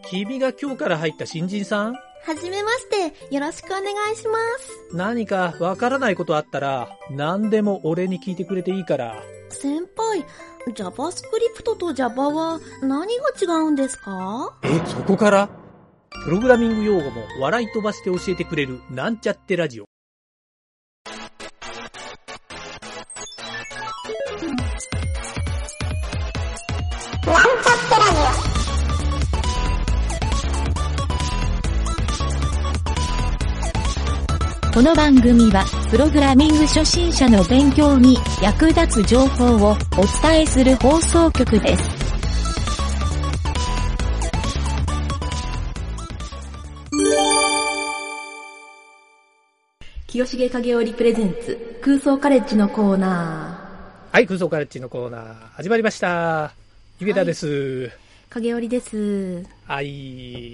君が今日から入った新人さん？ はじめまして、よろしくお願いします。 何かわからないことあったら、何でも俺に聞いてくれていいから。 先輩、JavaScript と Java は何が違うんですか？ そこから？プログラミング用語も笑い飛ばして教えてくれるなんちゃってラジオ。 なんちゃってラジオ。 この番組はプログラミング初心者の勉強に役立つ情報をお伝えする放送局です。 清重影織プレゼンツ空想カレッジのコーナー。はい、空想カレッジのコーナー始まりました。ゆ田です。 影織です。 はい、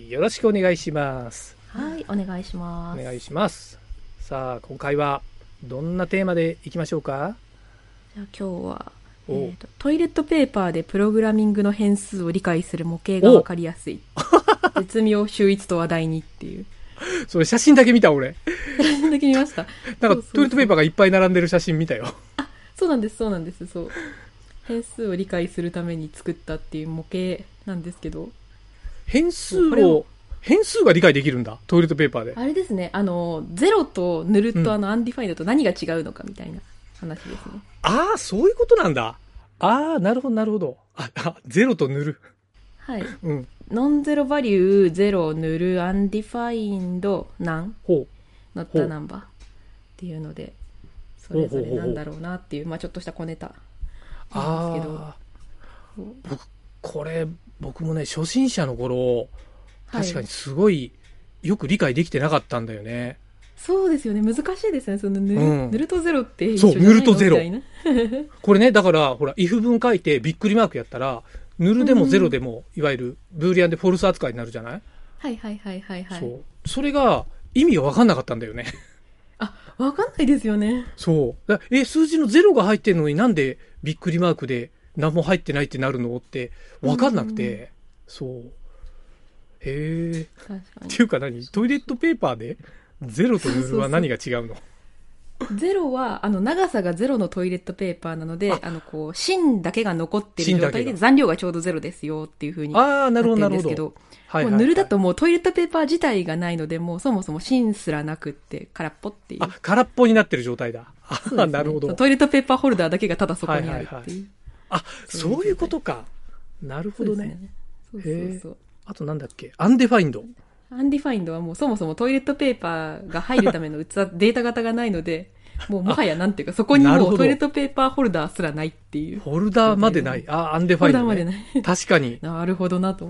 よろしくお願いします。 はい、お願いします。 お願いします。さあ、今回はどんなテーマでいきましょうか？ じゃあ今日は、トイレットペーパーでプログラミングの変数を理解する模型がわかりやすい絶妙秀逸と話題にっていう。 それ写真だけ見た俺。 写真だけ見ました。 なんかトイレットペーパーがいっぱい並んでる写真見たよ。 あ、そうなんです。そう変数を理解するために作ったっていう模型なんですけど、 変数が理解できるんだ、トイレットペーパーで。 あれですね、ゼロとヌルとアンディファインドと何が違うのかみたいな話ですね。 ああ、そういうことなんだ。ああ、なるほど。ゼロとヌル。 はい。 うん。 ノンゼロバリュー、ゼロ、ヌル、アンディファインド、ナン、ノッタナンバーっていうので、それぞれなんだろうなっていう、まあちょっとした小ネタなんですけど。僕もね、初心者の頃、確かにすごいよく理解できてなかったんだよね。 そうですよね。難しいですね。そのヌルとゼロって一緒じゃないの？そう、ヌルとゼロ。 みたいなこれね、だから、ほら、if 文書いてびっくりマークやったら、ヌルでもゼロでも、いわゆるブーリアンでフォルス扱いになるじゃない？ はい。 そう。それが意味が分かんなかったんだよね。 あ、分かんないですよね。 そう。数字のゼロが入ってるのになんでびっくりマークで何も入ってないってなるのって分かんなくて、そう。へー。 確かに。 っていうかトイレットペーパーでゼロとヌルは何が違うの？ ゼロは、長さがゼロのトイレットペーパーなので、芯だけが残ってる状態で残量がちょうどゼロですよっていう風になってるんですけど、ヌルだともうトイレットペーパー自体がないので、もうそもそも芯すらなくって空っぽっていう。 空っぽになってる状態だ。 ね、 なるほど。 トイレットペーパーホルダーだけがただそこにあるっていう。 そういうことか。なるほどね。 そう。 あとなんだっけ？アンデファインド。 アンディファインドはもうそもそもトイレットペーパーが入るためのデータ型がないので、もはやなんていうか、そこにもうトイレットペーパーホルダーすらないっていう。 ホルダーまでない。アンデファインド、ね。 ホルダーまでない。 確かに。 なるほどなと。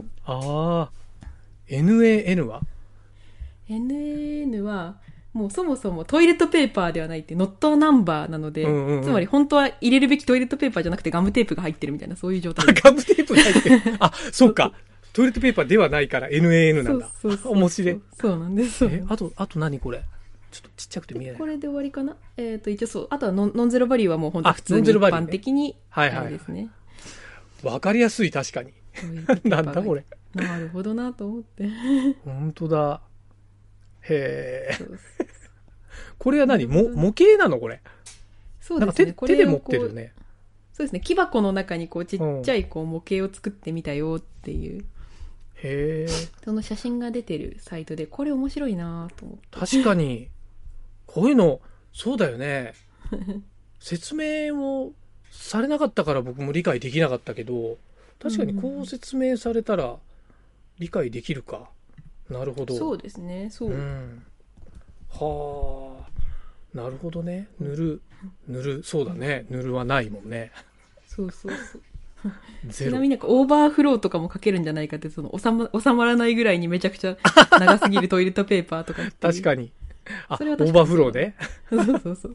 NAN は？ NAN は、もうそもそもトイレットペーパーではないってノットナンバーなので、つまり本当は入れるべきトイレットペーパーじゃなくてガムテープが入ってるみたいな、そういう状態。 ガムテープが入ってる。そうか。トイレットペーパーではないから NAN なんだ。 そう面白い。 そうなんです。 あと何これ？ちょっとちっちゃくて見えない。 これで終わりかな？一応そう。あとはノンゼロバリューはもう本当普通に一般的に。はいですね。 わかりやすい、確かに。なんだこれ。 なるほどなと思って。 本当だ。へー。これは何？模型なのこれ？ そうですね。 なんか手で持ってるね。 そうですね。木箱の中にちっちゃい模型を作ってみたよっていう。 へー。 その写真が出てるサイトで、これ面白いなと思って。 確かに。こういうの、そうだよね。説明をされなかったから僕も理解できなかったけど、確かにこう説明されたら理解できるか。なるほど。 そうですね。そう。 はあ。なるほどね。塗る。そうだね。塗るはないもんね。 そう。ちなみにオーバーフローとかも書けるんじゃないかって、収まらないぐらいにめちゃくちゃ長すぎるトイレットペーパーとか確かに。オーバーフローで、 そう。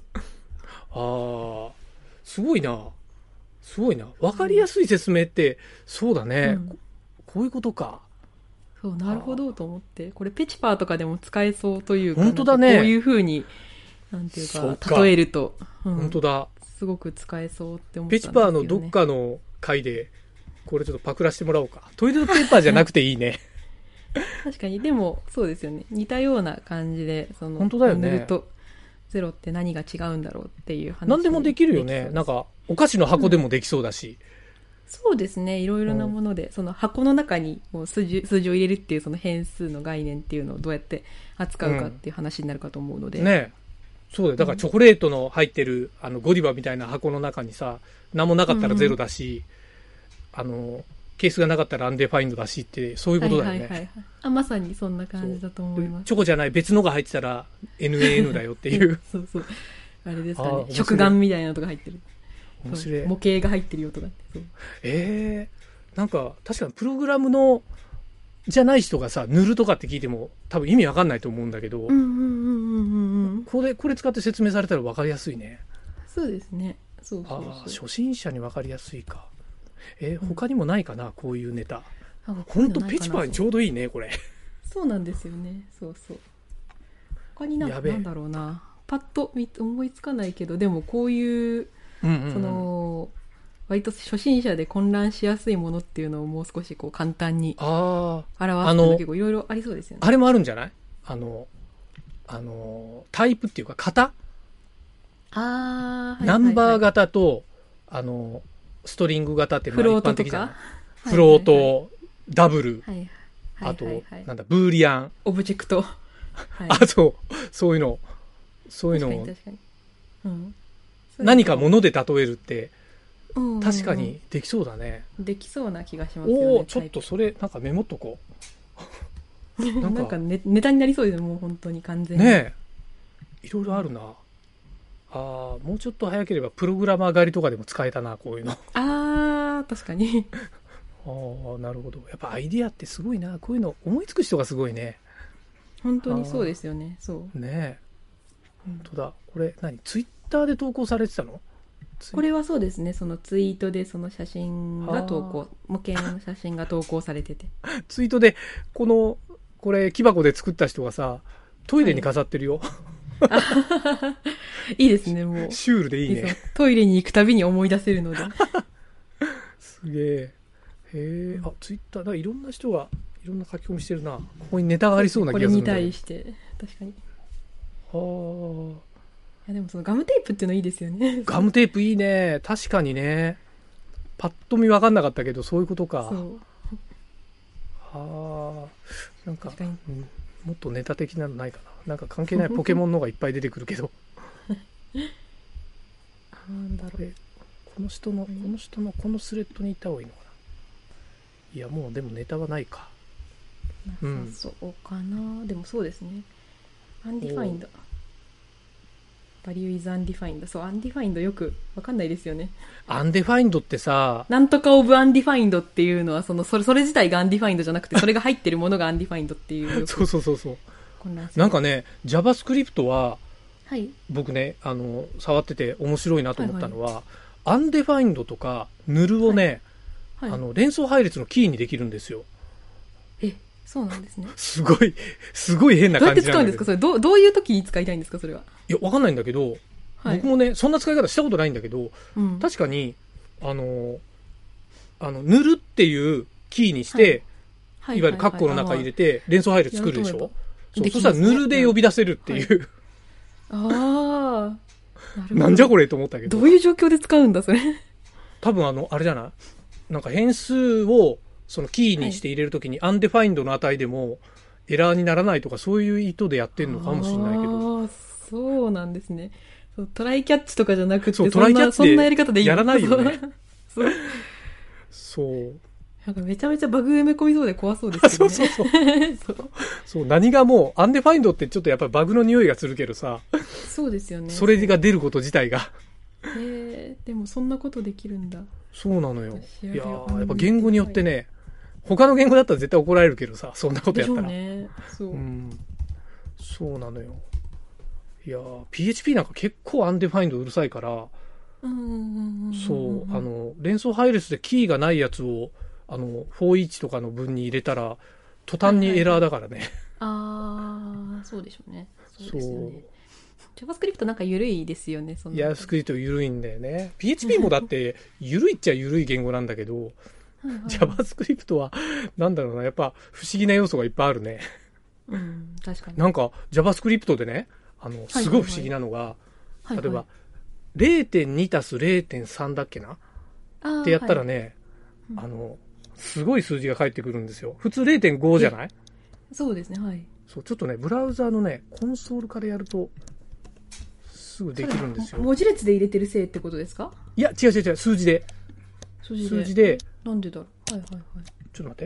すごいな。わかりやすい説明って、そうだね。こういうことか。 そう、なるほどと思って。これペチパーとかでも使えそうというか。 本当だね。 こういう風に、なんていうか、例えると。 本当だ。 すごく使えそうって思ったんですけどね。 ペチパーのどっかの回で、これちょっとパクらせてもらおうか。トイレットペーパーじゃなくていいね。 確かに、でも、そうですよね。似たような感じで、 本当だよね。 塗ると、ゼロって何が違うんだろうっていう話。 何でもできるよね。なんか、お菓子の箱でもできそうだし。 そうですね。いろいろなもので、その箱の中にもう数字を入れるっていうその変数の概念っていうのをどうやって扱うかっていう話になるかと思うので。 ね。そうだよ。だからチョコレートの入ってる、ゴディバみたいな箱の中にさ、何もなかったらゼロだし、ケースがなかったらアンデファインドだしって、そういうことだよね。 はいはいはい。まさにそんな感じだと思います。 チョコじゃない別のが入ってたら NAN だよっていう。 そうそう。あれですかね。食玩みたいなのとか入ってる。 面白い。 模型が入ってるよとかって。そう。 なんか、確かにプログラムの、じゃない人がさ、塗るとかって聞いても多分意味わかんないと思うんだけど、これ使って説明されたらわかりやすいね。 そうですね。そうそうそう。 初心者にわかりやすいか。他にもないかな、こういうネタ。ほんとペチパーにちょうどいいね、これ。 そうなんですよね。そうそう。他になんだろうな。パッと思いつかないけど、でもこういう、割と初心者で混乱しやすいものっていうのをもう少しこう簡単に表すの結構いろいろありそうですよね。 あれもあるんじゃない？タイプっていうか型？ナンバー型と、ストリング型って一般的じゃない？フロート、ダブル、あと、ブーリアン。 オブジェクト。 あと、そういうのを、何か物で例えるって、確かにできそうだね。 できそうな気がしますよね。 ちょっとそれ、なんかメモっとこう。 なんかネタになりそうですね、もう本当に完全に。 ねえ。いろいろあるな。もうちょっと早ければプログラマー狩りとかでも使えたな、こういうの。 確かに。 なるほど。やっぱアイディアってすごいな。こういうの思いつく人がすごいね。 本当にそうですよね。そう。 ねえ。本当だ。これツイッターで投稿されてたの？ これはそうですね。そのツイートでその写真が模型の写真が投稿されてて。 ツイートで、これ木箱で作った人がさ、トイレに飾ってるよ。 いいですね、もう。 シュールでいいね。 トイレに行くたびに思い出せるので。 すげえ。ツイッター、いろんな人が、いろんな書き込みしてるな。ここにネタがありそうな気がするんだ。 これに対して、確かに。でもそのガムテープっていうのいいですよね。 ガムテープいいね。確かにね。パッと見分かんなかったけど、そういうことか。なんか、もっとネタ的なのないかな。なんか関係ないポケモンのがいっぱい出てくるけど。 なんだろう。 この人のこのスレッドにいた方がいいのかな。いや、もうでもネタはないか。 なさそうかな。でもそうですね。アンディファインド。バリューイズアンディファインド。そう、アンディファインドよくわかんないですよね。 アンディファインドってさ、 なんとかオブアンディファインドっていうのは、それ自体がアンディファインドじゃなくて、それが入ってるものがアンディファインドっていう。 そう。なんかね、JavaScript は、僕ね、触ってて面白いなと思ったのは、アンデファインドとか、ヌルをね、連想配列のキーにできるんですよ。 そうなんですね。 すごい変な感じなんだけど。どうやって使うんですかそれ。どういう時に使いたいんですかそれは。 いや、わかんないんだけど、僕もね、そんな使い方したことないんだけど、確かに、塗るっていうキーにして、いわゆるカッコの中入れて、連想配列作るでしょ？そしたら塗るで呼び出せるっていう。なんじゃこれと思ったけど。 どういう状況で使うんだ、それ。 多分あれじゃない？なんか変数を、そのキーにして入れるときに、アンデファインドの値でもエラーにならないとか、そういう意図でやってるのかもしれないけど。 そうなんですね。トライキャッチとかじゃなくて、 トライキャッチそんなやり方でいいやらないよね。そう。 なんかめちゃめちゃバグ埋め込みそうで怖そうですけどね。そう、何がもう、アンデファインドってちょっとやっぱりバグの匂いがするけどさ。 そうですよね。 それが出ること自体が。 でもそんなことできるんだ。 そうなのよ。いやー、やっぱ言語によってね、他の言語だったら絶対怒られるけどさ、そんなことやったら。そうなのよ。いやー、PHP なんか結構アンデファインドうるさいから、連想配列でキーがないやつを、for each とかの文に入れたら、途端にエラーだからね。 そうでしょうね。そうですよね。JavaScript なんか緩いですよね、 JavaScript 緩いんだよね。PHP もだって、緩いっちゃ緩い言語なんだけど、 JavaScript は、なんだろうな、やっぱ不思議な要素がいっぱいあるね。 うん、確かに。 なんか JavaScript でね、すごい不思議なのが、例えば、0.2 足す 0.3 だっけなってやったらね、すごい数字が返ってくるんですよ。普通 0.5 じゃない？ そうですね、はい。 そう、ちょっとね、ブラウザーのね、コンソールからやると、すぐできるんですよ。 文字列で入れてるせいってことですか？ いや、違う、数字で。数字で。 なんでだろう。はいはいはい。 ちょっと待って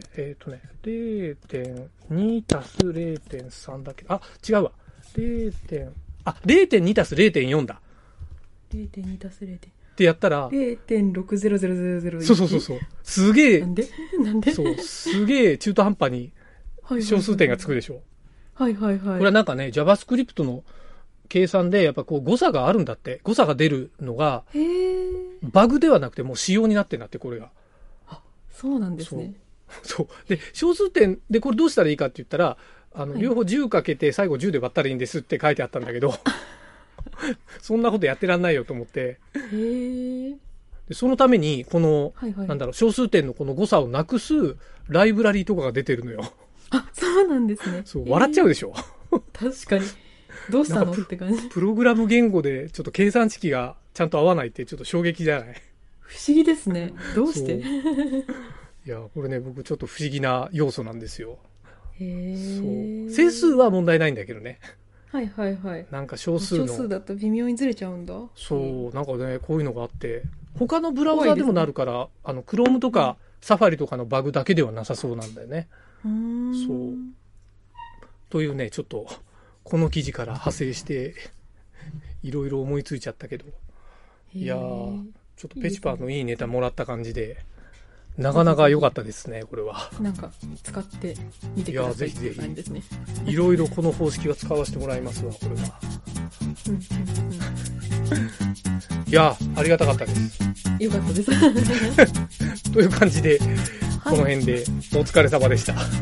。0.2 足す 0.3 だけど、あ、違うわ。0.2 足す 0.4 だ。 0.2 足す 0.4。 ってやったら、 0.6000001。 そう。すげえ、 なんでそう、すげえ中途半端に小数点がつくでしょ。 はいはいはい。 これはなんかね、JavaScript の計算でやっぱこう誤差があるんだって。誤差が出るのが、バグではなくてもう仕様になってんだって、これが。 あ、そうなんですね。 そう。で、小数点でこれどうしたらいいかって言ったら、両方10かけて最後10で割ったらいいんですって書いてあったんだけど、そんなことやってらんないよと思って。でそのために、この、なんだろう、小数点のこの誤差をなくすライブラリーとかが出てるのよ。 あ、そうなんですね。 そう、笑っちゃうでしょ。 確かに。どうしたのって感じ。 プログラム言語でちょっと計算式がちゃんと合わないってちょっと衝撃じゃない？ 不思議ですね。どうして？ いや、これね、僕ちょっと不思議な要素なんですよ。 そう。 整数は問題ないんだけどね。 はいはいはい。 なんか小数だと微妙にずれちゃうんだ。 そう、なんかね、こういうのがあって、他のブラウザでもなるから、Chrome とか Safari とかのバグだけではなさそうなんだよね。そう。というね、ちょっと、この記事から派生して、いろいろ思いついちゃったけど、いやー、ちょっとペチパーのいいネタもらった感じで、なかなか良かったですね、これは。 なんか、使ってみてください。いや、 ぜひぜひ。 ですね。 いろいろこの方式は使わせてもらいますわ、これは。いや、ありがたかったです。 よかったです。 という感じで、この辺でお疲れ様でした。はい、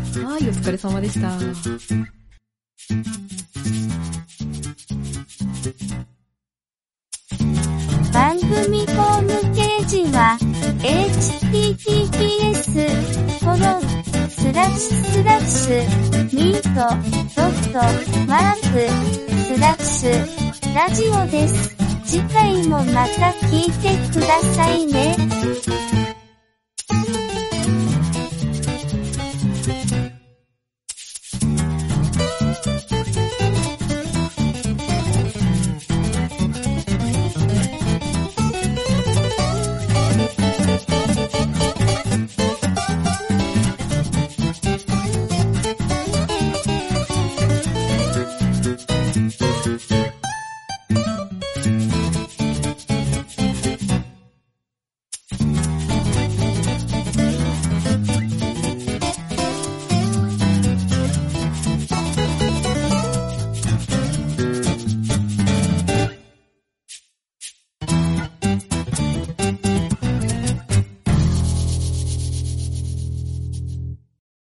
お疲れ様でした。 番組ホームページは https://meet.mark/ラジオです。次回もまた聞いてくださいね。